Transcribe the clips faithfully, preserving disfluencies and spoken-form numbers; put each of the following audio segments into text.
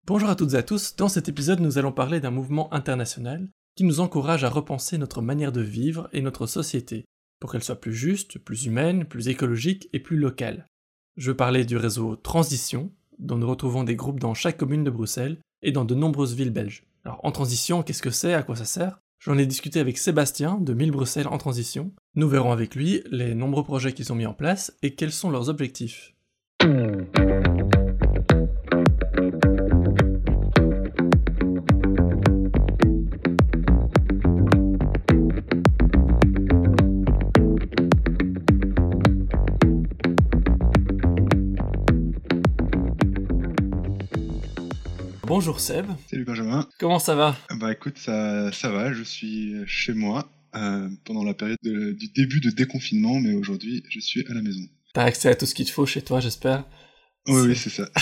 Bonjour à toutes et à tous, dans cet épisode nous allons parler d'un mouvement international qui nous encourage à repenser notre manière de vivre et notre société, pour qu'elle soit plus juste, plus humaine, plus écologique et plus locale. Je veux parler du réseau Transition, dont nous retrouvons des groupes dans chaque commune de Bruxelles et dans de nombreuses villes belges. Alors en transition, qu'est-ce que c'est, à quoi ça sert ? J'en ai discuté avec Sébastien de mille Bruxelles en transition. Nous verrons avec lui les nombreux projets qu'ils ont mis en place et quels sont leurs objectifs. Bonjour Seb. Salut Benjamin. Comment ça va ? Bah écoute, ça, ça va, je suis chez moi euh, pendant la période de, du début de déconfinement, mais aujourd'hui je suis à la maison. T'as accès à tout ce qu'il te faut chez toi, j'espère ? Oui, c'est... oui, c'est ça.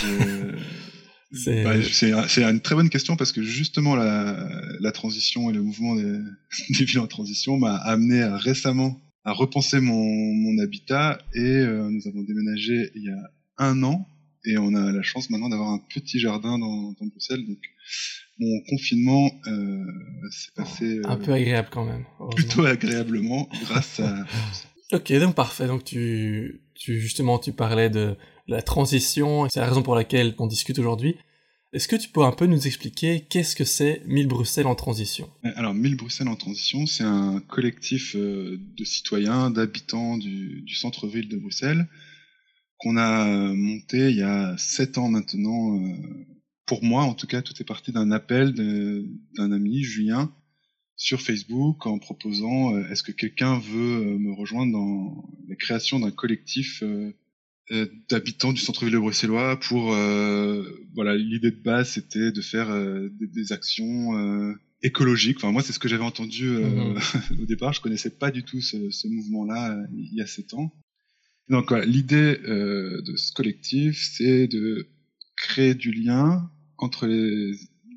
Je... c'est... Bah, c'est, c'est une très bonne question parce que justement la, la transition et le mouvement des, des villes en transition m'a amené à, récemment à repenser mon, mon habitat et euh, nous avons déménagé il y a un an. Et on a la chance maintenant d'avoir un petit jardin dans, dans Bruxelles. Donc, mon confinement euh, s'est passé... Euh, un peu agréable quand même. Plutôt agréablement, grâce à... Ok, donc parfait. Donc, tu, tu justement, tu parlais de la transition. C'est la raison pour laquelle on discute aujourd'hui. Est-ce que tu peux un peu nous expliquer qu'est-ce que c'est mille Bruxelles en transition ? Alors, mille Bruxelles en transition, c'est un collectif de citoyens, d'habitants du, du centre-ville de Bruxelles, qu'on a monté il y a sept ans maintenant. Euh, pour moi, en tout cas, tout est parti d'un appel de, d'un ami, Julien, sur Facebook, en proposant euh, est-ce que quelqu'un veut euh, me rejoindre dans la création d'un collectif euh, euh, d'habitants du centre-ville de bruxellois pour... Euh, voilà, l'idée de base, c'était de faire euh, des, des actions euh, écologiques. Enfin, moi, c'est ce que j'avais entendu euh, mmh. au départ. Je connaissais pas du tout ce, ce mouvement-là euh, il y a sept ans. Donc voilà, l'idée euh, de ce collectif, c'est de créer du lien entre les,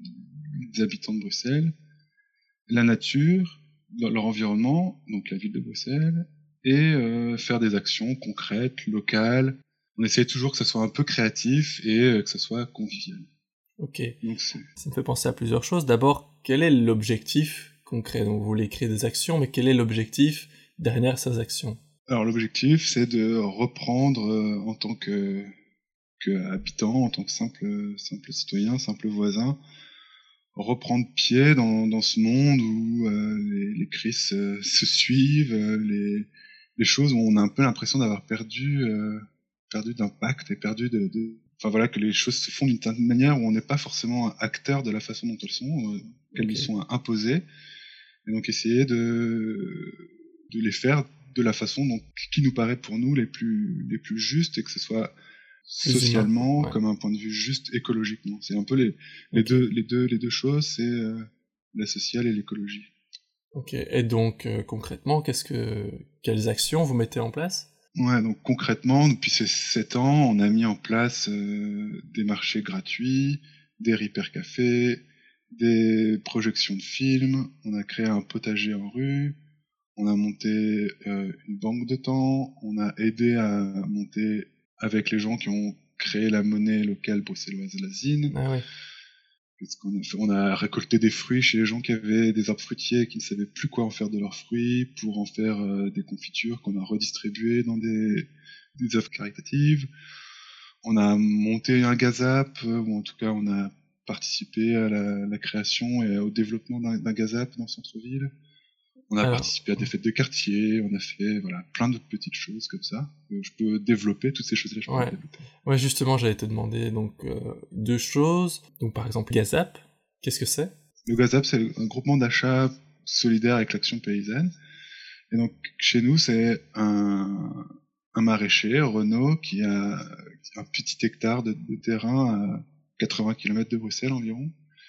les habitants de Bruxelles, la nature, leur environnement, donc la ville de Bruxelles, et euh, faire des actions concrètes, locales. On essaie toujours que ça soit un peu créatif et euh, que ça soit convivial. Ok, donc c'est... ça me fait penser à plusieurs choses. D'abord, quel est l'objectif concret ? Donc vous voulez créer des actions, mais quel est l'objectif derrière ces actions ? Alors l'objectif, c'est de reprendre euh, en tant que, que habitant, en tant que simple, simple citoyen, simple voisin, reprendre pied dans, dans ce monde où euh, les, les crises euh, se suivent, euh, les, les choses où on a un peu l'impression d'avoir perdu, euh, perdu d'impact et perdu de, de... Enfin voilà, que les choses se font d'une certaine manière où on n'est pas forcément acteur de la façon dont elles sont, euh, qu'elles okay. nous sont imposées, et donc essayer de, de les faire de la façon dont, qui nous paraît pour nous les plus, les plus justes et que ce soit socialement, ouais. comme un point de vue juste écologiquement. C'est un peu les, les, okay. deux, les, deux, les deux choses, c'est euh, la sociale et l'écologie. Ok, et donc euh, concrètement, qu'est-ce que, quelles actions vous mettez en place ? Ouais, donc concrètement, depuis ces sept ans, on a mis en place euh, des marchés gratuits, des repair cafés, des projections de films, on a créé un potager en rue, on a monté euh, une banque de temps, on a aidé à monter avec les gens qui ont créé la monnaie locale bruxelloise, la Zine. Ah ouais. Qu'est-ce qu'on a fait ? On a récolté des fruits chez les gens qui avaient des arbres fruitiers et qui ne savaient plus quoi en faire de leurs fruits pour en faire euh, des confitures qu'on a redistribuées dans des, des œuvres caritatives. On a monté un gazap, euh, ou en tout cas on a participé à la, la création et au développement d'un, d'un gazap dans le centre-ville. On a Alors, participé à des fêtes de quartier, on a fait voilà plein d'autres petites choses comme ça. Je peux développer toutes ces choses-là. Je peux ouais. développer. Ouais, justement, j'allais te demander donc euh, deux choses. Donc par exemple, Gazap, qu'est-ce que c'est ? Le Gazap, c'est un groupement d'achat solidaire avec l'Action paysanne. Et donc chez nous, c'est un, un maraîcher, Renaud, qui a un petit hectare de, de terrain à quatre-vingts kilomètres de Bruxelles environ,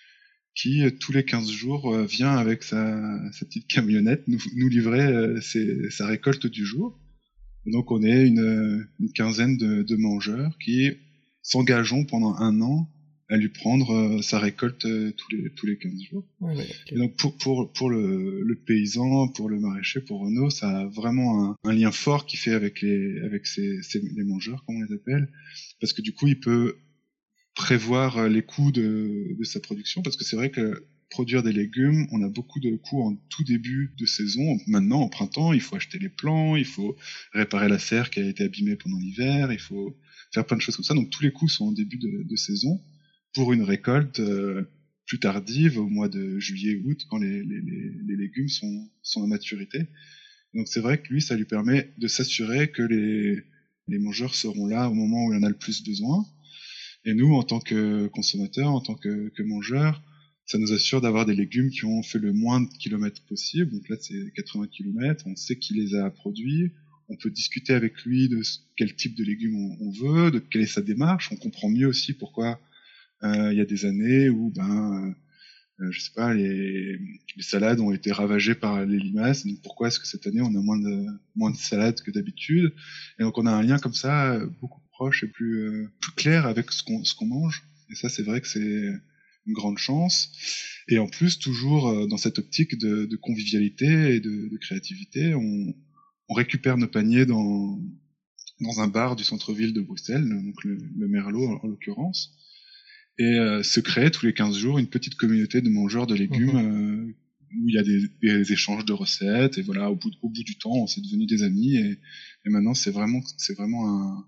qui, tous les quinze jours, vient avec sa, sa petite camionnette nous, nous livrer euh, ses, sa récolte du jour. Et donc on est une, une quinzaine de, de mangeurs qui s'engageons pendant un an à lui prendre euh, sa récolte euh, tous les tous les quinze jours. Ouais, ouais, okay. Et donc pour pour pour le, le paysan, pour le maraîcher, pour Renaud, ça a vraiment un, un lien fort qu'il fait avec les avec ses, ses les mangeurs, comme on les appelle, parce que du coup il peut prévoir les coûts de, de sa production, parce que c'est vrai que produire des légumes, on a beaucoup de coûts en tout début de saison. Maintenant, au printemps, il faut acheter les plants, il faut réparer la serre qui a été abîmée pendant l'hiver, il faut faire plein de choses comme ça. Donc tous les coûts sont en début de, de saison pour une récolte euh, plus tardive, au mois de juillet-août, quand les, les, les, les légumes sont, sont à maturité. Donc c'est vrai que lui, ça lui permet de s'assurer que les, les mangeurs seront là au moment où il en a le plus besoin. Et nous, en tant que consommateurs, en tant que, que mangeurs, ça nous assure d'avoir des légumes qui ont fait le moins de kilomètres possible. Donc là, c'est quatre-vingts kilomètres. On sait qui les a produits. On peut discuter avec lui de quel type de légumes on, on veut, de quelle est sa démarche. On comprend mieux aussi pourquoi euh, il y a des années où, ben, euh, je sais pas, les, les salades ont été ravagées par les limaces. Donc pourquoi est-ce que cette année on a moins de moins de salades que d'habitude? Et donc on a un lien comme ça beaucoup plus proche et plus euh, plus clair avec ce qu'on ce qu'on mange. Et ça, c'est vrai que c'est une grande chance. Et en plus, toujours euh, dans cette optique de, de convivialité et de, de créativité, on, on récupère nos paniers dans, dans un bar du centre-ville de Bruxelles, donc le, le Merlot en, en l'occurrence, et euh, se crée tous les quinze jours une petite communauté de mangeurs de légumes mmh. euh, où il y a des, des échanges de recettes, et voilà, au bout, au bout du temps, on s'est devenus des amis, et, et maintenant, c'est vraiment, c'est vraiment un,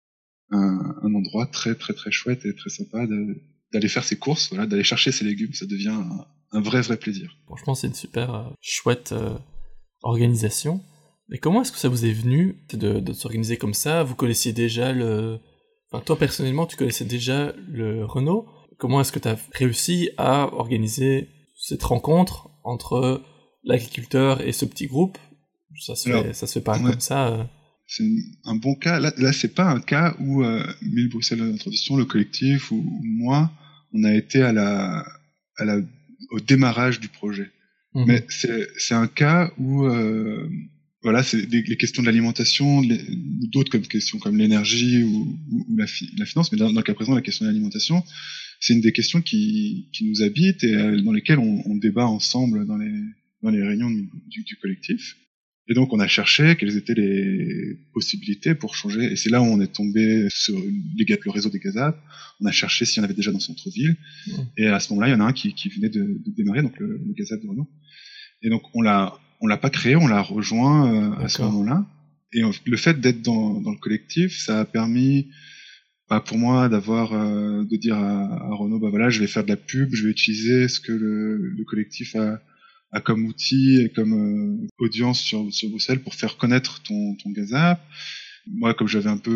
un, un endroit très, très, très chouette et très sympa de d'aller faire ses courses, voilà, d'aller chercher ses légumes, ça devient un, un vrai vrai plaisir. Franchement, c'est une super euh, chouette euh, organisation. Mais comment est-ce que ça vous est venu de, de s'organiser comme ça? Vous connaissiez déjà le... Enfin, toi personnellement, tu connaissais déjà le Renault. Comment est-ce que tu as réussi à organiser cette rencontre entre l'agriculteur et ce petit groupe? Ça se, Alors, fait, ça se fait pas ouais. comme ça euh... C'est un bon cas. Là, là c'est pas un cas où euh, Mille Bruxelles de Transition, le collectif, ou, ou moi, on a été à la, à la, au démarrage du projet. Mmh. Mais c'est, c'est un cas où, euh, voilà, c'est des, les questions de l'alimentation, les, d'autres comme questions comme l'énergie ou, ou, ou la, fi, la finance, mais dans, dans le cas présent, la question de l'alimentation, c'est une des questions qui, qui nous habite et euh, dans lesquelles on, on débat ensemble dans les, dans les réunions du, du collectif. Et donc on a cherché quelles étaient les possibilités pour changer. Et c'est là où on est tombé sur les, le réseau des Gazap. On a cherché s'il y en avait déjà dans le centre-ville. Mmh. Et à ce moment-là, il y en a un qui, qui venait de, de démarrer, donc le, le Gazap de Renault. Et donc on l'a, on l'a pas créé, on l'a rejoint euh, à ce moment-là. Et on, le fait d'être dans, dans le collectif, ça a permis, bah, pour moi, d'avoir, euh, de dire à, à Renault, bah voilà, je vais faire de la pub, je vais utiliser ce que le, le collectif a a comme outil et comme euh, audience sur, sur Bruxelles pour faire connaître ton, ton Gazap. Moi, comme j'avais un peu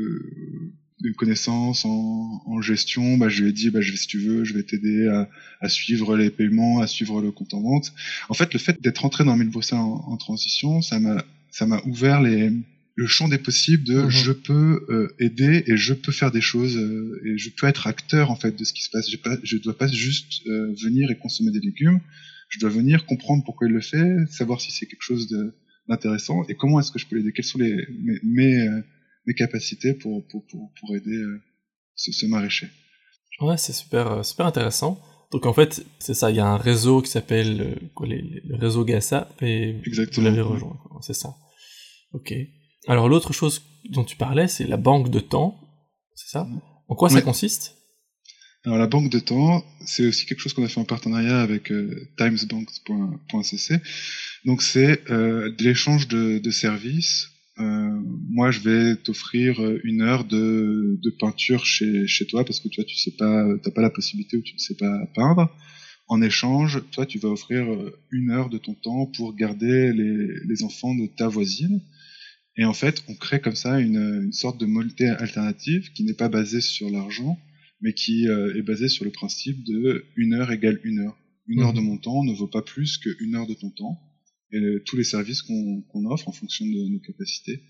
euh, une connaissance en, en gestion, bah, je lui ai dit, bah, je vais, si tu veux, je vais t'aider à, à suivre les paiements, à suivre le compte en vente. En fait, le fait d'être rentré dans Mille Bruxelles en, en transition, ça m'a, ça m'a ouvert les, le champ des possibles de mmh. je peux euh, aider et je peux faire des choses euh, et je peux être acteur en fait de ce qui se passe. Je ne je dois pas juste euh, venir et consommer des légumes. Je dois venir comprendre pourquoi il le fait, savoir si c'est quelque chose de, d'intéressant et comment est-ce que je peux l'aider, quelles sont les, mes, mes, euh, mes capacités pour, pour, pour, pour aider euh, ce, ce maraîcher. Ouais, c'est super, super intéressant. Donc en fait, c'est ça, il y a un réseau qui s'appelle euh, quoi, les, le réseau Gazap et Exactement. Vous l'avez rejoint, quoi. C'est ça. Ok. Alors l'autre chose dont tu parlais, c'est la banque de temps, c'est ça? En quoi oui. ça consiste? Alors la banque de temps, c'est aussi quelque chose qu'on a fait en partenariat avec euh, timesbank point c c. Donc c'est euh, de l'échange de, de services. Euh, moi, je vais t'offrir une heure de, de peinture chez, chez toi parce que toi, tu sais pas, t'as pas la possibilité ou tu ne sais pas peindre. En échange, toi, tu vas offrir une heure de ton temps pour garder les, les enfants de ta voisine. Et en fait, on crée comme ça une, une sorte de mobilité alternative qui n'est pas basée sur l'argent, mais qui euh, est basé sur le principe de une heure égale une heure. Une mmh. heure de mon temps ne vaut pas plus qu'une heure de ton temps. Et euh, tous les services qu'on, qu'on offre en fonction de nos capacités.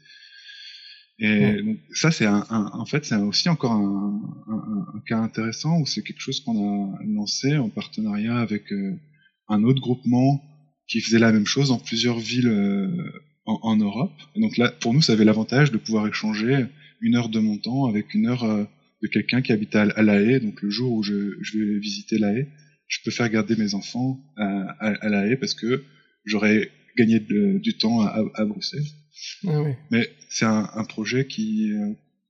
Et mmh. donc ça, c'est un, un, en fait, c'est aussi encore un, un, un cas intéressant où c'est quelque chose qu'on a lancé en partenariat avec euh, un autre groupement qui faisait la même chose dans plusieurs villes euh, en, en Europe. Et donc là, pour nous, ça avait l'avantage de pouvoir échanger une heure de mon temps avec une heure euh, de quelqu'un qui habite à, à La Haye. Donc le jour où je, je vais visiter La Haye, je peux faire garder mes enfants à, à, à La Haye parce que j'aurais gagné de, du temps à, à Bruxelles. Ah oui. Mais c'est un, un projet qui, euh,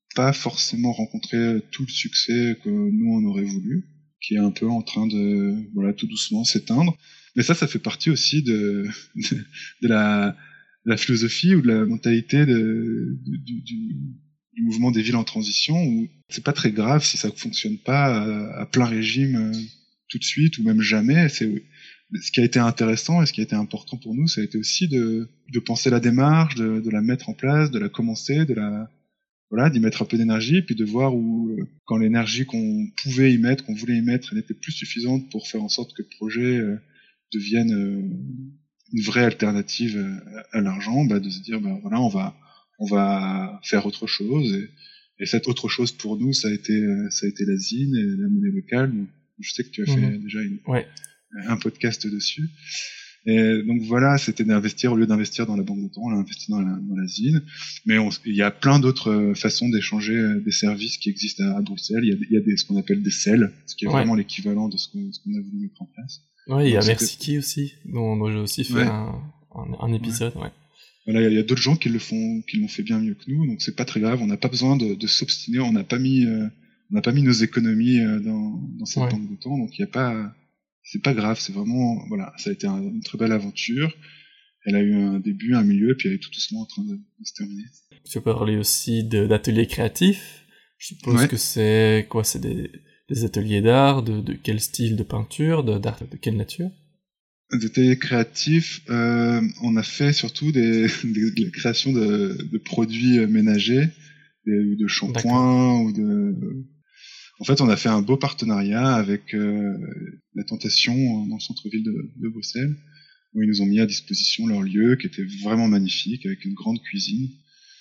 pas forcément rencontré tout le succès que nous on aurait voulu, qui est un peu en train de, voilà, tout doucement s'éteindre. Mais ça, ça fait partie aussi de, de, de la, de la philosophie ou de la mentalité de, de, du, du, du mouvement des villes en transition, où c'est pas très grave si ça fonctionne pas à, à plein régime euh, tout de suite ou même jamais. C'est ce qui a été intéressant et ce qui a été important pour nous, ça a été aussi de, de penser la démarche, de, de la mettre en place, de la commencer, de la, voilà, d'y mettre un peu d'énergie, puis de voir où, euh, quand l'énergie qu'on pouvait y mettre, qu'on voulait y mettre, elle n'était plus suffisante pour faire en sorte que le projet euh, devienne euh, une vraie alternative à, à l'argent, bah, de se dire, bah, voilà, on va, on va faire autre chose. Et, et cette autre chose pour nous, ça a été, euh, ça a été la zine et la monnaie locale. Donc, je sais que tu as fait Mmh. déjà une, Ouais. un podcast dessus. Et donc voilà, c'était d'investir, au lieu d'investir dans la banque de temps, on a investi dans la, dans la zine. Mais on, il y a plein d'autres façons d'échanger des services qui existent à, à Bruxelles. Il y a, il y a des, ce qu'on appelle des C E L, ce qui est Ouais. vraiment l'équivalent de ce qu'on, ce qu'on a voulu mettre en place. Ouais, il y a Donc, Merci aussi, dont, dont j'ai aussi fait ouais. un, un, un épisode, ouais. ouais. Voilà, il y a, a d'autres gens qui le font, qui l'ont fait bien mieux que nous, donc c'est pas très grave. On n'a pas besoin de, de s'obstiner. On n'a pas mis, euh, on n'a pas mis nos économies euh, dans, dans cette Ouais. banque de temps, donc il y a pas, c'est pas grave. C'est vraiment, voilà, ça a été un, une très belle aventure. Elle a eu un début, un milieu, et puis elle est tout doucement en train de, de se terminer. Tu peux parler aussi de, d'ateliers créatifs. Je suppose ouais. que c'est quoi? C'est des, des ateliers d'art, de, de quel style de peinture, de, d'art de quelle nature? Des ateliers créatifs, euh, on a fait surtout des, des, des créations de, de produits ménagers, ou de shampoings, ou de... En fait, on a fait un beau partenariat avec euh, la Tentation dans le centre-ville de, de Bruxelles, où ils nous ont mis à disposition leur lieu, qui était vraiment magnifique, avec une grande cuisine.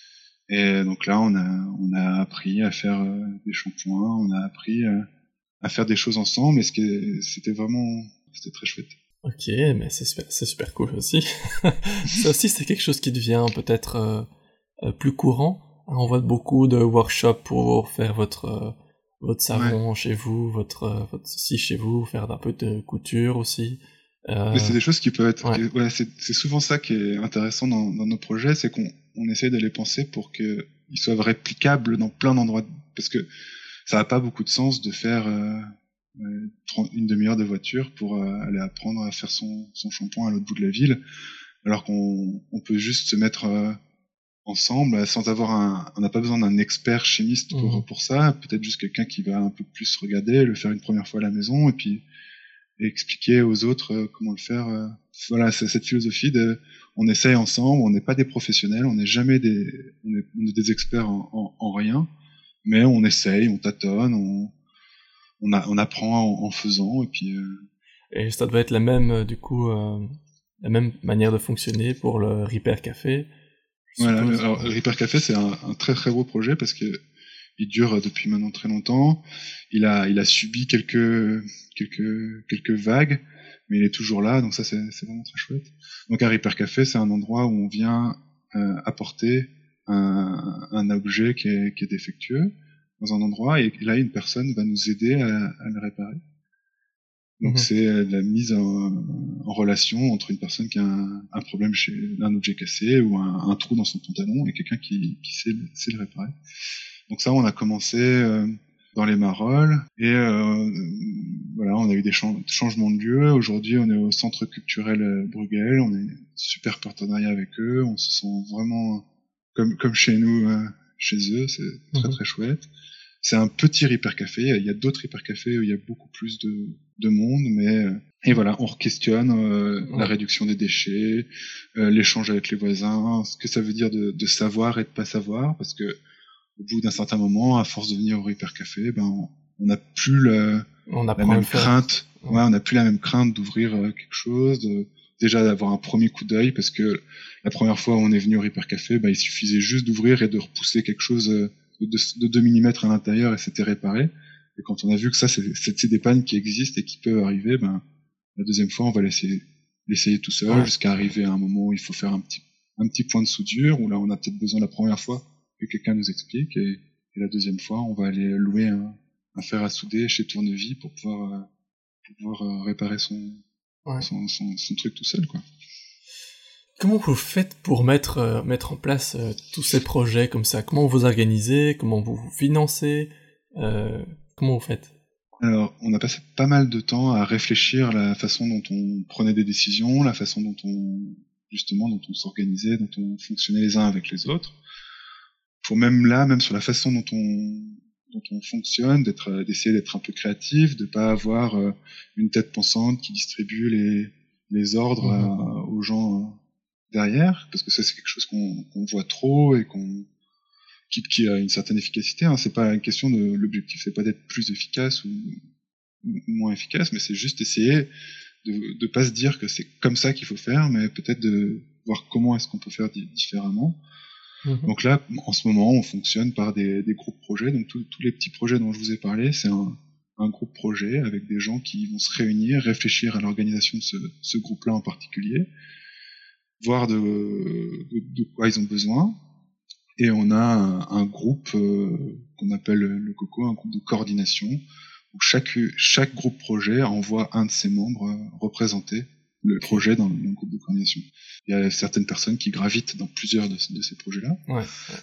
Et donc là, on a, on a appris à faire euh, des shampoings, on a appris à, à faire des choses ensemble, et ce qui, c'était vraiment, c'était très chouette. Ok, mais c'est super, c'est super cool aussi. Ça aussi, c'est quelque chose qui devient peut-être euh, euh, plus courant. On voit beaucoup de workshops pour faire votre euh, votre savon ouais. chez vous, votre euh, votre ceci chez vous, faire un peu de couture aussi. Euh... Mais c'est des choses qui peuvent être. Ouais, ouais c'est, c'est souvent ça qui est intéressant dans, dans nos projets, c'est qu'on on essaie de les penser pour qu'ils soient réplicables dans plein d'endroits, parce que ça n'a pas beaucoup de sens de faire euh, une demi-heure de voiture pour euh, aller apprendre à faire son, son shampoing à l'autre bout de la ville, alors qu'on on peut juste se mettre euh, ensemble sans avoir un, on n'a pas besoin d'un expert chimiste pour, mmh. pour ça, peut-être juste quelqu'un qui va un peu plus regarder, le faire une première fois à la maison et puis et expliquer aux autres euh, comment le faire. Euh. Voilà, c'est cette philosophie de, on essaye ensemble, on n'est pas des professionnels, on n'est jamais des, on est, on est des experts en, en, en rien, mais on essaye, on tâtonne, on, on, a, on apprend en, en faisant et puis. Euh... Et ça doit être la même, euh, du coup, euh, la même manière de fonctionner pour le Repair Café. Voilà, le, alors, le Repair Café, c'est un, un très très gros projet parce que il dure depuis maintenant très longtemps. Il a, il a subi quelques, quelques, quelques vagues, mais il est toujours là, donc ça c'est, c'est vraiment très chouette. Donc un Repair Café, c'est un endroit où on vient euh, apporter un, un objet qui est, qui est défectueux dans un endroit, et là une personne va nous aider à, à le réparer. Donc mmh. c'est la mise en, en relation entre une personne qui a un, un problème chez un objet cassé ou un, un trou dans son pantalon et quelqu'un qui, qui sait, sait le réparer. Donc ça, on a commencé euh, dans les Marolles et euh, voilà, on a eu des ch- changements de lieu. Aujourd'hui, on est au Centre culturel Bruegel, on a un super partenariat avec eux, on se sent vraiment comme comme chez nous, euh, chez eux, c'est très mmh. très chouette. C'est un petit Repair Café, il y a d'autres Repair Cafés où il y a beaucoup plus de, de monde, mais et voilà, on questionne euh, ouais. la réduction des déchets, euh, l'échange avec les voisins, ce que ça veut dire de, de savoir et de pas savoir, parce que au bout d'un certain moment, à force de venir au Repair Café, ben on n'a plus le, on la même crainte, ouais. Ouais, on n'a plus la même crainte d'ouvrir euh, quelque chose, de, déjà d'avoir un premier coup d'œil, parce que la première fois où on est venu au Repair Café, ben il suffisait juste d'ouvrir et de repousser quelque chose euh, de, de deux millimètres à l'intérieur et c'était réparé. Et quand on a vu que ça, c'est, c'est des pannes qui existent et qui peuvent arriver, ben la deuxième fois, on va l'essayer, l'essayer tout seul ouais. jusqu'à arriver à un moment où il faut faire un petit, un petit point de soudure, où là, on a peut-être besoin la première fois que quelqu'un nous explique, et, et la deuxième fois, on va aller louer un, un fer à souder chez Tournevis pour pouvoir, euh, pour pouvoir euh, réparer son, ouais. son, son, son truc tout seul, quoi. Comment vous faites pour mettre, euh, mettre en place euh, tous ces projets comme ça? Comment vous organisez? Comment vous vous financez? euh, Comment vous faites? Alors, on a passé pas mal de temps à réfléchir à la façon dont on prenait des décisions, la façon dont on, justement, dont on s'organisait, dont on fonctionnait les uns avec les autres. Pour même là, même sur la façon dont on, dont on fonctionne, d'être, d'essayer d'être un peu créatif, de pas avoir euh, une tête pensante qui distribue les, les ordres Mhm. à- aux gens euh, derrière, parce que ça c'est quelque chose qu'on, qu'on voit trop et qu'on qui, qui a une certaine efficacité. Hein. C'est pas une question de l'objectif, c'est pas d'être plus efficace ou, ou moins efficace, mais c'est juste essayer de, de pas se dire que c'est comme ça qu'il faut faire, mais peut-être de voir comment est-ce qu'on peut faire di- différemment. Mhm. Donc là, en ce moment, on fonctionne par des, des groupes projets. Donc tous tous les petits projets dont je vous ai parlé, c'est un, un groupe projet avec des gens qui vont se réunir, réfléchir à l'organisation de ce, ce groupe-là en particulier, voir de, de, de quoi ils ont besoin. Et on a un, un groupe euh, qu'on appelle le COCO, un groupe de coordination, où chaque, chaque groupe projet envoie un de ses membres euh, représenter le projet dans, dans le groupe de coordination. Il y a certaines personnes qui gravitent dans plusieurs de, de ces projets-là. Ouais.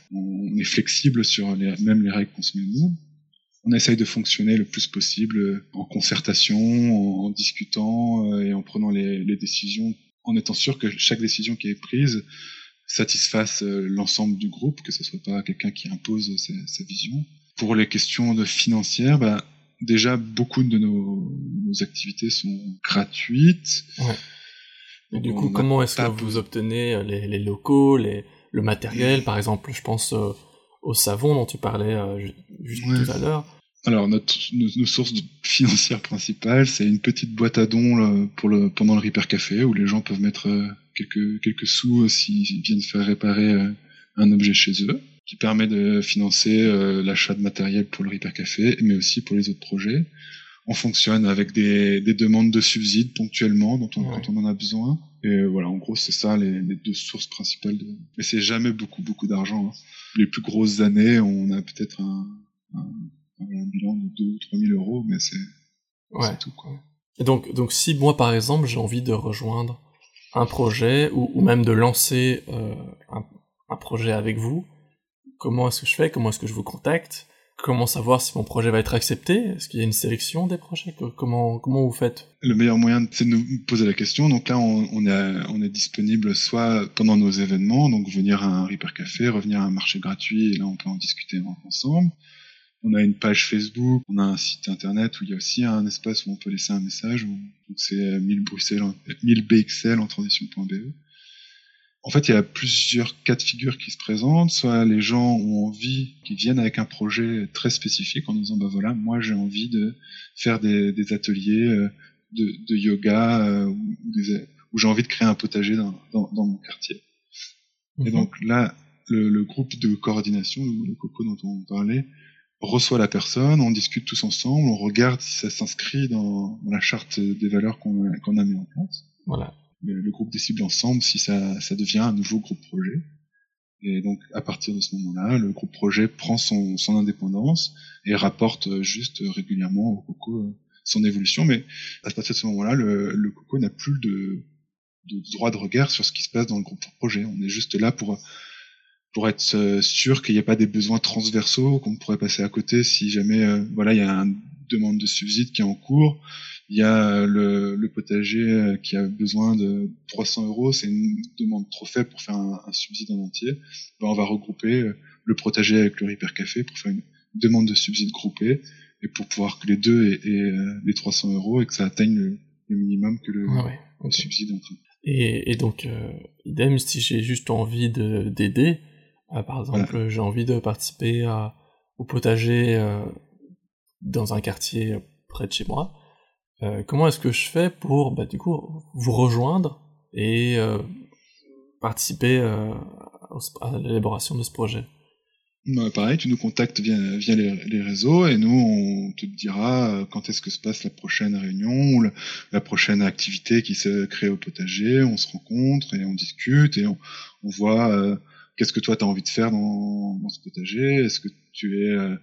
On est flexible sur les, même les règles qu'on se met nous. On essaye de fonctionner le plus possible en concertation, en, en discutant euh, et en prenant les, les décisions, en étant sûr que chaque décision qui est prise satisfasse euh, l'ensemble du groupe, que ce soit pas quelqu'un qui impose sa, sa vision. Pour les questions de financières, bah, déjà beaucoup de nos, nos activités sont gratuites. Ouais. Et Donc du on coup, n'a comment est-ce que pas vous besoin- obtenez les, les locaux, les, le matériel? Par exemple, je pense euh, au savon dont tu parlais euh, ju- juste Ouais. tout à l'heure. Alors notre nos, nos sources de- financières principales, c'est une petite boîte à dons là, pour le pendant le Repair Café où les gens peuvent mettre euh, quelques quelques sous euh, s'ils viennent faire réparer euh, un objet chez eux, qui permet de financer euh, l'achat de matériel pour le Repair Café, mais aussi pour les autres projets. On fonctionne avec des, des demandes de subsides ponctuellement dont on, Ouais. quand on en a besoin. Et euh, voilà, en gros, c'est ça les, les deux sources principales. De... Mais c'est jamais beaucoup beaucoup d'argent. Hein. Les plus grosses années, on a peut-être un, un un bilan de deux ou trois mille euros, mais c'est, Ouais. c'est tout, quoi. Et donc, donc si moi, par exemple, j'ai envie de rejoindre un projet, ou, ou même de lancer euh, un, un projet avec vous, comment est-ce que je fais? Comment est-ce que je vous contacte? Comment savoir si mon projet va être accepté? Est-ce qu'il y a une sélection des projets? Comment, comment vous faites? Le meilleur moyen, c'est de nous poser la question. Donc là, on, on, est, on est disponible soit pendant nos événements, donc venir à un Repair Café, revenir à un marché gratuit, et là, on peut en discuter ensemble. On a une page Facebook, on a un site internet où il y a aussi un espace où on peut laisser un message. Où, donc c'est mille B X L en transition point B E. En fait, il y a plusieurs cas de figure qui se présentent. Soit les gens ont envie, qui viennent avec un projet très spécifique en disant, bah voilà, moi j'ai envie de faire des, des ateliers de, de yoga euh, ou, des, ou j'ai envie de créer un potager dans, dans, dans mon quartier. Mm-hmm. Et donc là, le, le groupe de coordination, le COCO dont on parlait, reçoit la personne, on discute tous ensemble, on regarde si ça s'inscrit dans, dans la charte des valeurs qu'on a, qu'on a mis en place. Voilà. Le, le groupe décide ensemble si ça, ça devient un nouveau groupe projet. Et donc, à partir de ce moment-là, le groupe projet prend son, son indépendance et rapporte juste régulièrement au COCO son évolution. Mais à partir de ce moment-là, le, le COCO n'a plus de, de droit de regard sur ce qui se passe dans le groupe projet. On est juste là pour pour être sûr qu'il n'y a pas des besoins transversaux qu'on pourrait passer à côté si jamais euh, voilà il y a une demande de subside qui est en cours, il y a le, le potager qui a besoin de trois cents euros, c'est une demande trop faible pour faire un, un subside en entier, ben on va regrouper le potager avec le Repair Café pour faire une demande de subside groupée et pour pouvoir que les deux aient, aient les trois cents euros et que ça atteigne le, le minimum que le, ah ouais, okay. le subside est en train. Et, et donc, euh, idem, si j'ai juste envie de, d'aider, Euh, par exemple, voilà. J'ai envie de participer à, au potager euh, dans un quartier près de chez moi. Euh, comment est-ce que je fais pour, bah, du coup, vous rejoindre et euh, participer euh, à l'élaboration de ce projet? Bah, pareil, tu nous contactes via, via les, les réseaux et nous, on te dira quand est-ce que se passe la prochaine réunion ou la, la prochaine activité qui se crée au potager. On se rencontre et on discute et on, on voit... Euh, qu'est-ce que toi tu as envie de faire dans, dans ce potager? Est-ce que tu es euh,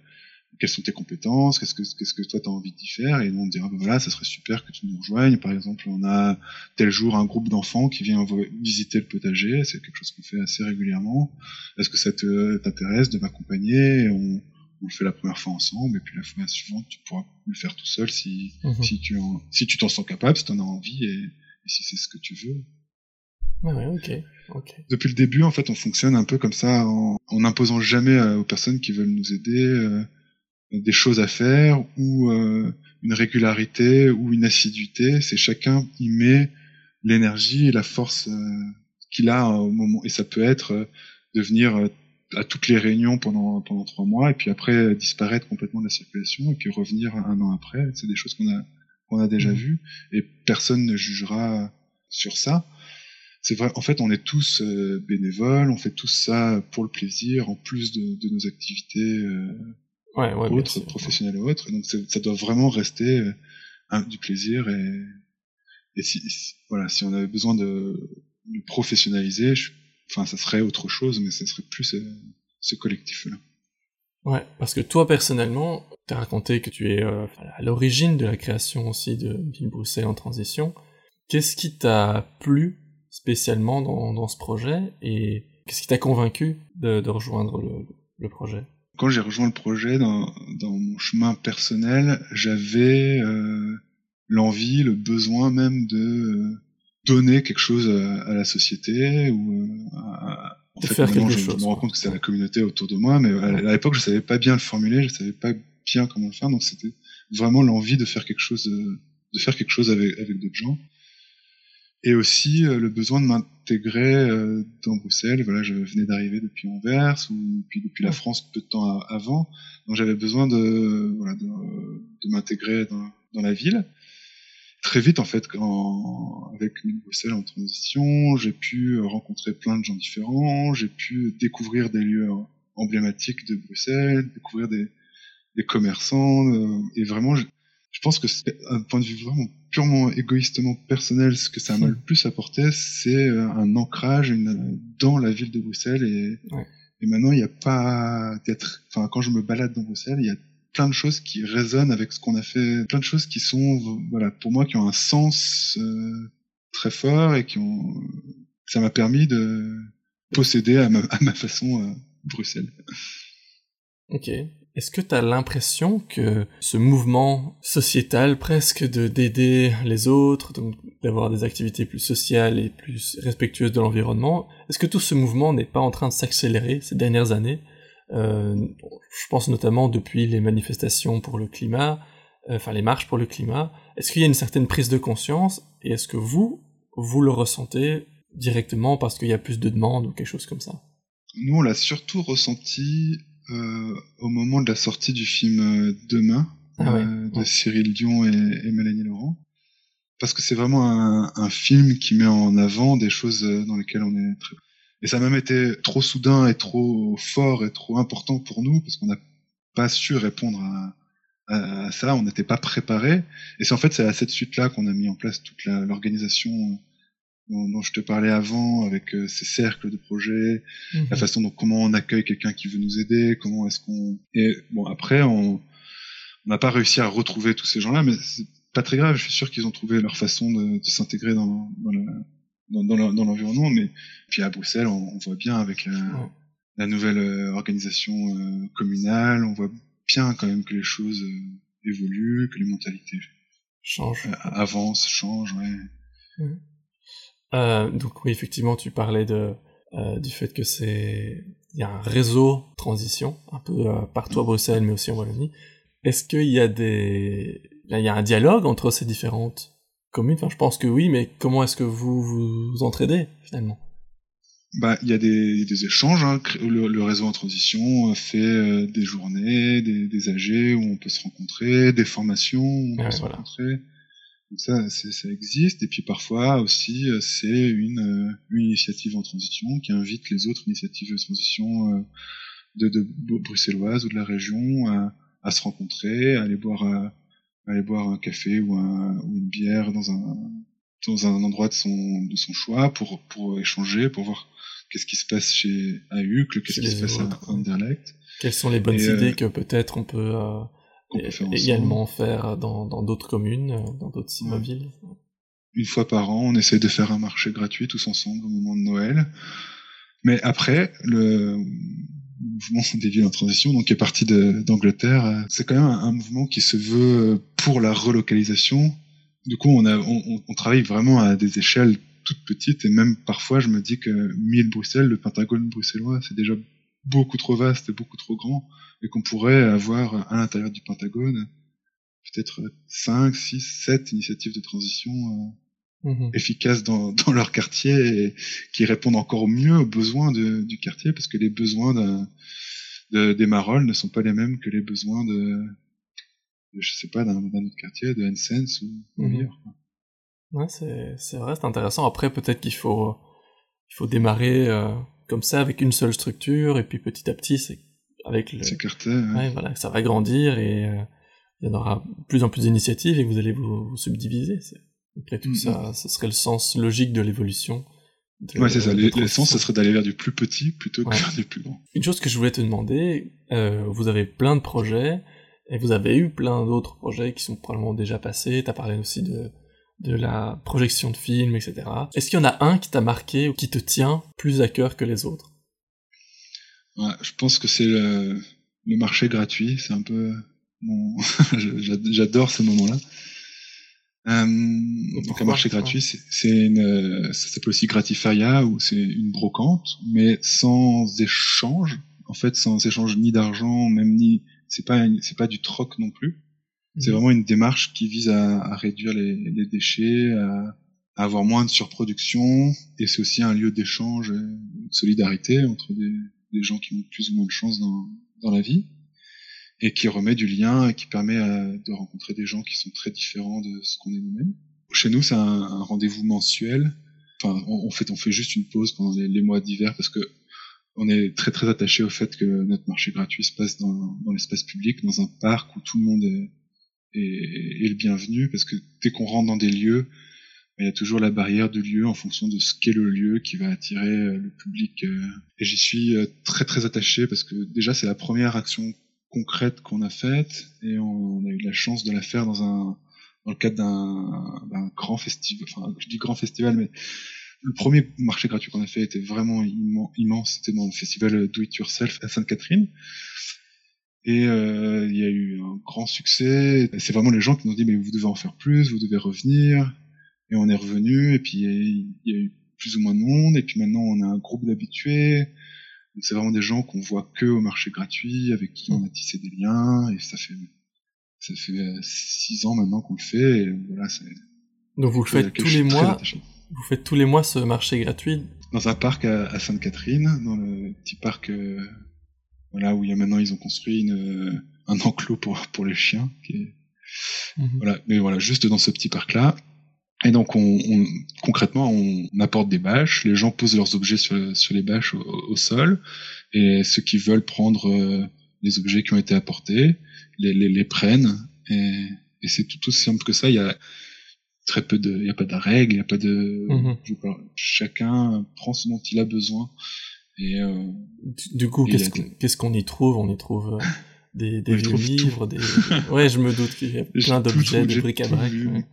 quelles sont tes compétences, qu'est-ce que qu'est-ce que toi t'as envie d'y faire, et on te dira ben voilà, ça serait super que tu nous rejoignes. Par exemple, on a tel jour un groupe d'enfants qui vient visiter le potager, c'est quelque chose qu'on fait assez régulièrement. Est-ce que ça te t'intéresse de m'accompagner? on, on le fait la première fois ensemble, et puis la fois suivante tu pourras le faire tout seul si mmh. si tu en, si tu t'en sens capable, si t'en as envie, et, et si c'est ce que tu veux. Ouais, ouais, ok, ok. Depuis le début, en fait, on fonctionne un peu comme ça, en, en n'imposant jamais euh, aux personnes qui veulent nous aider euh, des choses à faire, ou euh, une régularité, ou une assiduité. C'est chacun y met l'énergie et la force euh, qu'il a au moment. Et ça peut être euh, de venir euh, à toutes les réunions pendant pendant trois mois, et puis après euh, disparaître complètement de la circulation, et puis revenir un an après. C'est des choses qu'on a qu'on a déjà mmh. vues, et personne ne jugera sur ça. C'est vrai, en fait, on est tous euh, bénévoles, on fait tout ça pour le plaisir, en plus de, de nos activités euh, ouais, ouais, autres, professionnelles ou autres. Et donc, ça doit vraiment rester euh, un, du plaisir. Et, et si, si, voilà, si on avait besoin de, de professionnaliser, je, enfin, ça serait autre chose, mais ça serait plus euh, ce collectif-là. Ouais, parce que toi, personnellement, tu as raconté que tu es euh, à l'origine de la création aussi de Ville Bruxelles en transition. Qu'est-ce qui t'a plu spécialement dans, dans ce projet, et qu'est-ce qui t'a convaincu de, de rejoindre le, le projet? Quand j'ai rejoint le projet, dans, dans mon chemin personnel, j'avais euh, l'envie, le besoin même de euh, donner quelque chose à, à la société, ou euh, à, en de fait, faire quelque je, chose. Je me rends compte que c'est la communauté autour de moi, mais à, à l'époque, je savais pas bien le formuler, je savais pas bien comment le faire, donc c'était vraiment l'envie de faire quelque chose, de, de faire quelque chose avec, avec d'autres gens. Et aussi euh, le besoin de m'intégrer euh, dans Bruxelles. Voilà, je venais d'arriver depuis Anvers, ou puis depuis la France peu de temps à, avant. Donc j'avais besoin de, voilà, de, de m'intégrer dans, dans la ville. Très vite, en fait, quand, avec Bruxelles en transition, j'ai pu rencontrer plein de gens différents. J'ai pu découvrir des lieux emblématiques de Bruxelles, découvrir des, des commerçants, euh, et vraiment, je, je pense que c'est un point de vue vraiment purement égoïstement personnel, ce que ça m'a le plus apporté, c'est un ancrage une, dans la ville de Bruxelles, et, ouais. et maintenant il n'y a pas d'être, enfin quand je me balade dans Bruxelles, il y a plein de choses qui résonnent avec ce qu'on a fait, plein de choses qui sont, voilà, pour moi, qui ont un sens euh, très fort, et qui ont, ça m'a permis de posséder à ma, à ma façon euh, Bruxelles. Ok. Est-ce que tu as l'impression que ce mouvement sociétal presque de d'aider les autres, donc d'avoir des activités plus sociales et plus respectueuses de l'environnement, est-ce que tout ce mouvement n'est pas en train de s'accélérer ces dernières années? euh, Je pense notamment depuis les manifestations pour le climat, euh, enfin les marches pour le climat. Est-ce qu'il y a une certaine prise de conscience, et est-ce que vous, vous le ressentez directement parce qu'il y a plus de demandes ou quelque chose comme ça? Nous, on l'a surtout ressenti Euh, au moment de la sortie du film euh, Demain, ah ouais, euh, de ouais. Cyril Dion et, et Mélanie Laurent, parce que c'est vraiment un, un film qui met en avant des choses dans lesquelles on est très... Et ça a même été trop soudain et trop fort et trop important pour nous, parce qu'on n'a pas su répondre à, à, à ça, on n'était pas préparé. Et c'est en fait c'est à cette suite-là qu'on a mis en place toute la, l'organisation Dont, dont je te parlais avant, avec euh, ces cercles de projets, mmh. la façon dont comment on accueille quelqu'un qui veut nous aider, comment est-ce qu'on... Et bon, après, on n'a pas réussi à retrouver tous ces gens-là, mais c'est pas très grave, je suis sûr qu'ils ont trouvé leur façon de, de s'intégrer dans, dans, la, dans, dans, la, dans l'environnement, mais puis à Bruxelles, on, on voit bien avec la, ouais. la nouvelle euh, organisation euh, communale, on voit bien quand même que les choses euh, évoluent, que les mentalités changent, euh, avancent, changent, ouais. Mmh. Euh, donc oui, effectivement, tu parlais de, euh, du fait que c'est... Il y a un réseau transition, un peu euh, partout à Bruxelles, mais aussi en Wallonie. Est-ce qu'il y a des... Là, il y a un dialogue entre ces différentes communes? Enfin, je pense que oui, mais comment est-ce que vous vous entraidez, finalement? Bah, il y a des, des échanges, hein. le, le réseau en transition fait euh, des journées, des, des A G où on peut se rencontrer, des formations où on ouais, peut se voilà. rencontrer. Donc ça, c'est, ça existe. Et puis parfois aussi, c'est une, une initiative en transition qui invite les autres initiatives de transition de, de bruxelloises ou de la région à, à se rencontrer, à aller boire, à, à aller boire un café ou, un, ou une bière dans un, dans un endroit de son, de son choix pour, pour échanger, pour voir qu'est-ce qui se passe chez à Uccle, qu'est-ce Chez qui les se passe à autres, à Anderlecht. Quelles sont les bonnes Et, idées euh, que peut-être on peut, euh, qu'on peut faire également ensemble. faire dans, dans d'autres communes, euh, dans d'autres Ouais. villes? Une fois par an, on essaye de faire un marché gratuit tous ensemble au moment de Noël. Mais après, le mouvement des villes en transition, donc qui est parti de, d'Angleterre, euh, c'est quand même un, un mouvement qui se veut pour la relocalisation. Du coup, on, a, on, on travaille vraiment à des échelles toutes petites, et même parfois, je me dis que mille Bruxelles, le Pentagone bruxellois, c'est déjà beaucoup trop vaste et beaucoup trop grand, et qu'on pourrait avoir à l'intérieur du Pentagone peut-être cinq, six, sept initiatives de transition euh, mmh. efficaces dans, dans leur quartier et qui répondent encore mieux aux besoins de, du quartier, parce que les besoins d'un, de, des Marolles ne sont pas les mêmes que les besoins de, de je sais pas, d'un, d'un autre quartier, de Ensens ou Mmh. ailleurs. Ouais, c'est, c'est vrai, c'est intéressant. Après, peut-être qu'il faut, il faut démarrer euh, comme ça, avec une seule structure, et puis petit à petit, c'est avec le... S'écarter, ouais. Ouais, voilà, ça va grandir, et euh, il y en aura de plus en plus d'initiatives, et vous allez vous, vous subdiviser. C'est... Après tout mmh. ça, ce serait le sens logique de l'évolution. De, ouais, c'est ça. L'essence, ce serait d'aller vers du plus petit plutôt que ouais. vers du plus grand. Une chose que je voulais te demander, euh, vous avez plein de projets, et vous avez eu plein d'autres projets qui sont probablement déjà passés. T'as parlé aussi de, de la projection de films, et cetera. Est-ce qu'il y en a un qui t'a marqué ou qui te tient plus à cœur que les autres? Ouais, je pense que c'est le, le marché gratuit. C'est un peu mon... J'adore ce moment-là. Euh, donc un marché gratuit, c'est, c'est une, ça s'appelle aussi Gratifaria, ou c'est une brocante, mais sans échange. En fait, sans échange ni d'argent, même ni, c'est pas, c'est pas du troc non plus. Mmh. C'est vraiment une démarche qui vise à, à réduire les, les déchets, à, à avoir moins de surproduction, et c'est aussi un lieu d'échange et de solidarité entre des, des gens qui ont plus ou moins de chance dans, dans la vie, et qui remet du lien et qui permet à, de rencontrer des gens qui sont très différents de ce qu'on est nous-mêmes. Chez nous, c'est un, un rendez-vous mensuel. Enfin, on, on fait, on fait juste une pause pendant les, les mois d'hiver, parce que on est très très attaché au fait que notre marché gratuit se passe dans, dans l'espace public, dans un parc où tout le monde est, est, est le bienvenu, parce que dès qu'on rentre dans des lieux, il y a toujours la barrière du lieu en fonction de ce qu'est le lieu qui va attirer le public. Et j'y suis très très attaché, parce que déjà c'est la première action concrète qu'on a faite, et on a eu la chance de la faire dans un dans le cadre d'un, d'un grand festival. Enfin, je dis grand festival, mais le premier marché gratuit qu'on a fait était vraiment immense. C'était dans le festival Do It Yourself à Sainte-Catherine. Et euh, il y a eu un grand succès. C'est vraiment les gens qui nous ont dit mais vous devez en faire plus, vous devez revenir. Et on est revenu, et puis il y a eu plus ou moins de monde, et puis maintenant on a un groupe d'habitués. Donc c'est vraiment des gens qu'on voit que au marché gratuit, avec qui on a tissé des liens, et ça fait ça fait six ans maintenant qu'on le fait, et voilà, c'est... Donc vous le faites tous les mois, vous faites tous les mois ce marché gratuit? Dans un parc à, à Sainte-Catherine, dans le petit parc, euh, voilà, où il y a maintenant, ils ont construit une, un enclos pour, pour les chiens, qui est, mm-hmm. Voilà, mais voilà, juste dans ce petit parc-là. Et donc, on, on, concrètement, on apporte des bâches, les gens posent leurs objets sur, sur les bâches au, au sol, et ceux qui veulent prendre euh, les objets qui ont été apportés, les, les, les prennent, et, et c'est tout aussi simple que ça. Il y a très peu de, il y a pas de règles, il y a pas de, mm-hmm. je parle, chacun prend ce dont il a besoin. Et euh, du, du coup, et qu'est-ce, qu'on, qu'est-ce qu'on y trouve? On y trouve euh, des, des vieux livres, des, ouais, je me doute qu'il y a plein d'objets, de bric-à-brac. Ouais.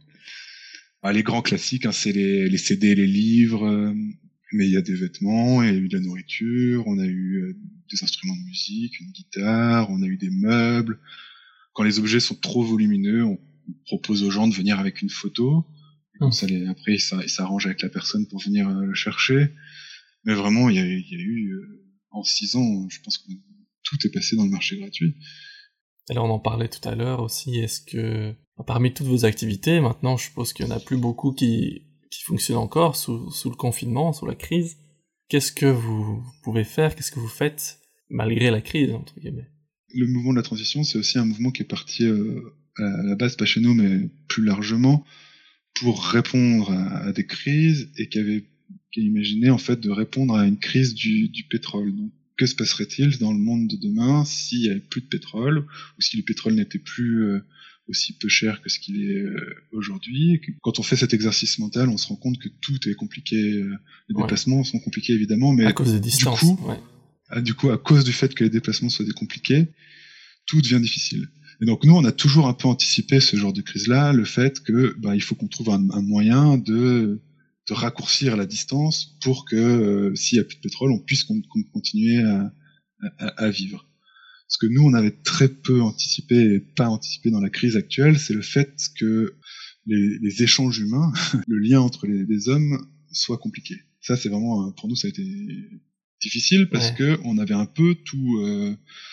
Ah, les grands classiques, hein, c'est les, les C D, les livres, euh, mais il y a des vêtements, il y a eu de la nourriture, on a eu euh, des instruments de musique, une guitare, on a eu des meubles. Quand les objets sont trop volumineux, on propose aux gens de venir avec une photo. Comme mmh. ça, les, après, ils s'arrangent avec la personne pour venir euh, le chercher. Mais vraiment, il y a, il y a eu, euh, en six ans, je pense que tout est passé dans le marché gratuit. Alors, on en parlait tout à l'heure aussi. Est-ce que, parmi toutes vos activités, maintenant, je suppose qu'il y en a plus beaucoup qui, qui fonctionnent encore sous, sous le confinement, sous la crise. Qu'est-ce que vous pouvez faire? Qu'est-ce que vous faites malgré la crise, entre guillemets? Le mouvement de la transition, c'est aussi un mouvement qui est parti euh, à la base, pas chez nous, mais plus largement, pour répondre à, à des crises, et qui avait qui a imaginé en fait de répondre à une crise du, du pétrole. Donc, que se passerait-il dans le monde de demain s'il n'y avait plus de pétrole, ou si le pétrole n'était plus euh, aussi peu cher que ce qu'il est euh, aujourd'hui. Quand on fait cet exercice mental, on se rend compte que tout est compliqué. Euh, les Ouais. déplacements sont compliqués évidemment, mais À cause des distances. du coup, ouais. ah, du coup, à cause du fait que les déplacements soient compliqués, tout devient difficile. Et donc nous, on a toujours un peu anticipé ce genre de crise-là, le fait que bah, il faut qu'on trouve un, un moyen de, de raccourcir la distance pour que euh, s'il y a plus de pétrole, on puisse con- con- continuer à, à, à vivre. Ce que nous, on avait très peu anticipé et pas anticipé dans la crise actuelle, c'est le fait que les, les échanges humains, le lien entre les, les hommes, soit compliqué. Ça, c'est vraiment, pour nous, ça a été difficile parce Ouais. que on avait un peu tout... Euh,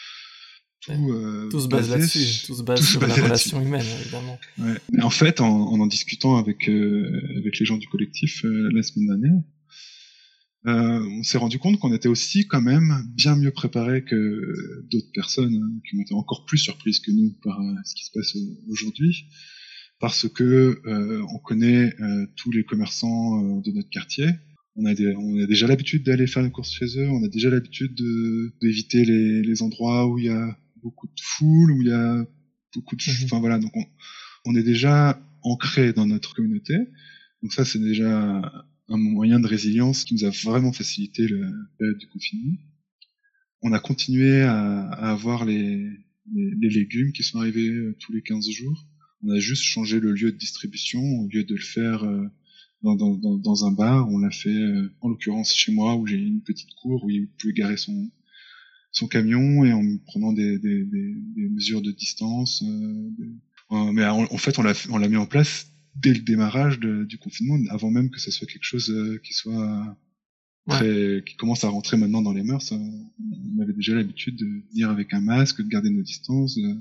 Tout, euh, tout se base basé là-dessus, sur- tout se base tout se sur la basait relation là-dessus. humaine, évidemment. Ouais. Mais en fait, en, en en discutant avec euh, avec les gens du collectif euh, la semaine dernière, euh, on s'est rendu compte qu'on était aussi quand même bien mieux préparés que d'autres personnes hein, qui ont été encore plus surprises que nous par euh, ce qui se passe euh, aujourd'hui, parce que euh, on connaît euh, tous les commerçants euh, de notre quartier. On a, des, on a déjà l'habitude d'aller faire les courses chez eux, on a déjà l'habitude de, d'éviter les, les endroits où il y a beaucoup de foule, où il y a beaucoup de... Mhm. Enfin voilà, donc on, on est déjà ancré dans notre communauté. Donc ça, c'est déjà un moyen de résilience qui nous a vraiment facilité la période du confinement. On a continué à, à avoir les, les, les légumes qui sont arrivés euh, tous les quinze jours. On a juste changé le lieu de distribution. Au lieu de le faire euh, dans, dans, dans, dans un bar, on l'a fait euh, en l'occurrence chez moi où j'ai une petite cour où il pouvait garer son, son camion et en prenant des, des, des, des mesures de distance. Euh, de... euh, mais en, en fait, on l'a, on l'a mis en place dès le démarrage de, du confinement, avant même que ça soit quelque chose euh, qui soit très, ouais. qui commence à rentrer maintenant dans les mœurs. On avait déjà l'habitude de venir avec un masque, de garder nos distances. De...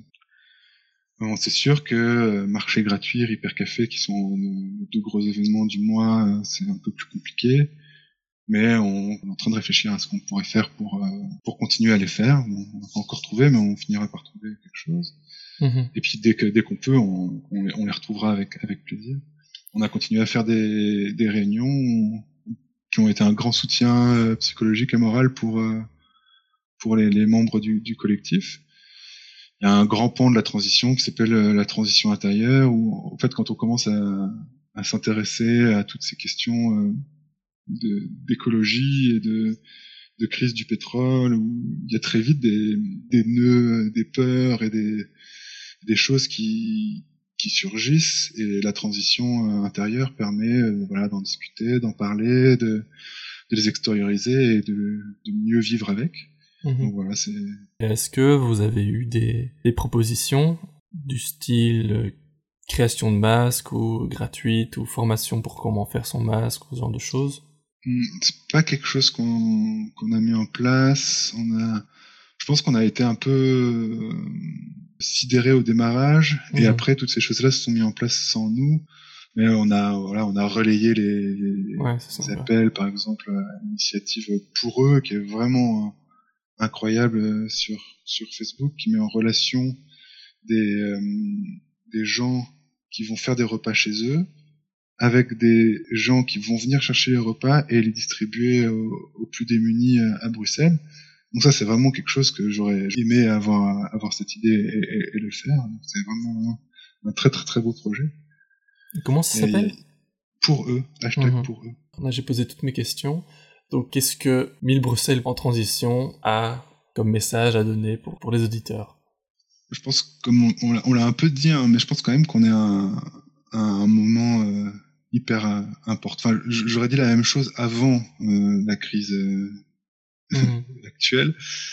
Bon, c'est sûr que marché gratuit, Hyper Café, qui sont nos deux gros événements du mois, c'est un peu plus compliqué. Mais on est en train de réfléchir à ce qu'on pourrait faire pour euh, pour continuer à les faire. Bon, on n'a pas encore trouvé, mais on finira par trouver quelque chose. Mmh. Et puis dès que dès qu'on peut, on, on, les, on les retrouvera avec avec plaisir. On a continué à faire des des réunions qui ont été un grand soutien euh, psychologique et moral pour euh, pour les, les membres du, du collectif. Il y a un grand pan de la transition qui s'appelle euh, la transition intérieure, où en fait quand on commence à, à s'intéresser à toutes ces questions euh, de, d'écologie et de, de crise du pétrole, où il y a très vite des, des nœuds, des peurs et des, des choses qui, qui surgissent, et la transition intérieure permet euh, voilà, d'en discuter, d'en parler, de, de les extérioriser et de, de mieux vivre avec. Mmh. Donc voilà, c'est... Est-ce que vous avez eu des, des propositions du style euh, création de masques ou gratuite ou formation pour comment faire son masque, ce genre de choses? C'est pas quelque chose qu'on, qu'on a mis en place. On a, je pense qu'on a été un peu euh, sidérés au démarrage, mmh. et après toutes ces choses-là se sont mises en place sans nous. Mais on a, voilà, on a relayé les, les, ouais, les appels, par exemple, à l'initiative Pour eux, qui est vraiment incroyable sur sur Facebook, qui met en relation des euh, des gens qui vont faire des repas chez eux avec des gens qui vont venir chercher les repas et les distribuer aux, aux plus démunis à, à Bruxelles. Donc ça, c'est vraiment quelque chose que j'aurais aimé avoir, avoir cette idée et, et, et le faire. Donc c'est vraiment un très très très beau projet. Et comment ça et s'appelle ? Pour eux, hashtag mmh. pour eux. Là, j'ai posé toutes mes questions. Donc, qu'est-ce que mille Bruxelles en transition a comme message à donner pour, pour les auditeurs ? Je pense, comme on, on, l'a, on l'a un peu dit, hein, mais je pense quand même qu'on est à un, à un moment euh, hyper euh, important. Enfin, j'aurais dit la même chose avant euh, la crise euh, mmh. actuelle,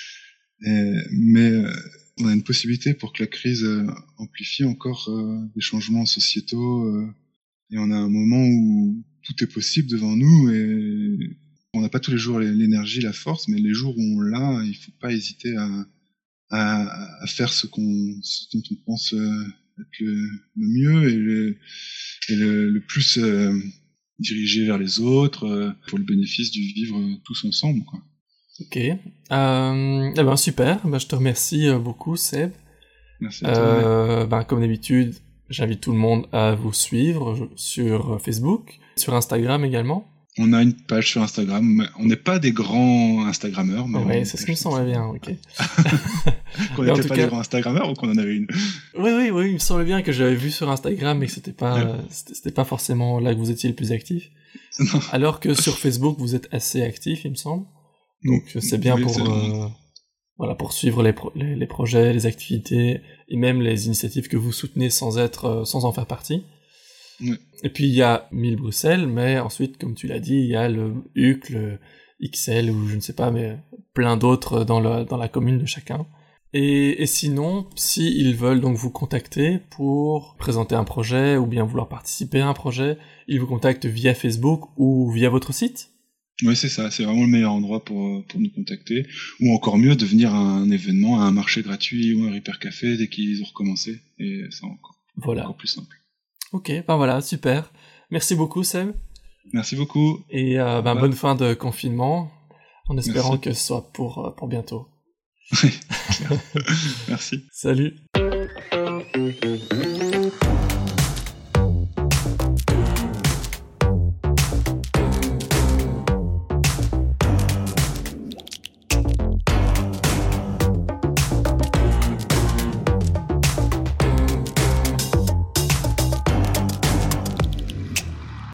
et, mais euh, on a une possibilité pour que la crise euh, amplifie encore euh, des changements sociétaux, euh, et on a un moment où tout est possible devant nous, et on n'a pas tous les jours l'énergie, la force, mais les jours où on l'a, il faut pas hésiter à, à, à faire ce, qu'on, ce dont on pense euh, être le, le mieux et le, et le, le plus euh, dirigé vers les autres euh, pour le bénéfice du vivre tous ensemble, quoi. Ok, euh, eh ben super, ben, je te remercie beaucoup, Seb. Merci à toi. Euh, ben, comme d'habitude, j'invite tout le monde à vous suivre sur Facebook, sur Instagram également. On a une page sur Instagram. On n'est pas des grands Instagrammeurs. Mais oui, c'est ce qui me semblait bien, ok. Qu'on n'était pas cas... des grands Instagrammeurs ou qu'on en avait une. Oui, oui, oui, il me semblait bien que j'avais vu sur Instagram, mais que c'était pas, ouais. euh, c'était, c'était pas forcément là que vous étiez le plus actif. Non. Alors que sur Facebook, vous êtes assez actif, il me semble. Donc c'est bien oui, pour, c'est euh, voilà, pour suivre les, pro- les, les projets, les activités, et même les initiatives que vous soutenez sans être, euh, sans en faire partie. Ouais. Et puis il y a mille Bruxelles, mais ensuite, comme tu l'as dit, il y a le U C, le X L, ou je ne sais pas, mais plein d'autres dans, le, dans la commune de chacun. Et, et sinon, si ils veulent donc vous contacter pour présenter un projet, ou bien vouloir participer à un projet, ils vous contactent via Facebook ou via votre site ? Oui, c'est ça, c'est vraiment le meilleur endroit pour, pour nous contacter. Ou encore mieux, de venir à un événement, à un marché gratuit ou un Repair Café dès qu'ils ont recommencé. Et c'est encore, voilà. encore plus simple. Ok, ben voilà, super. Merci beaucoup, Seb. Merci beaucoup. Et euh, ben, bonne fin de confinement, en espérant Merci. que ce soit pour, pour bientôt. Oui, c'est clair. Merci. Salut.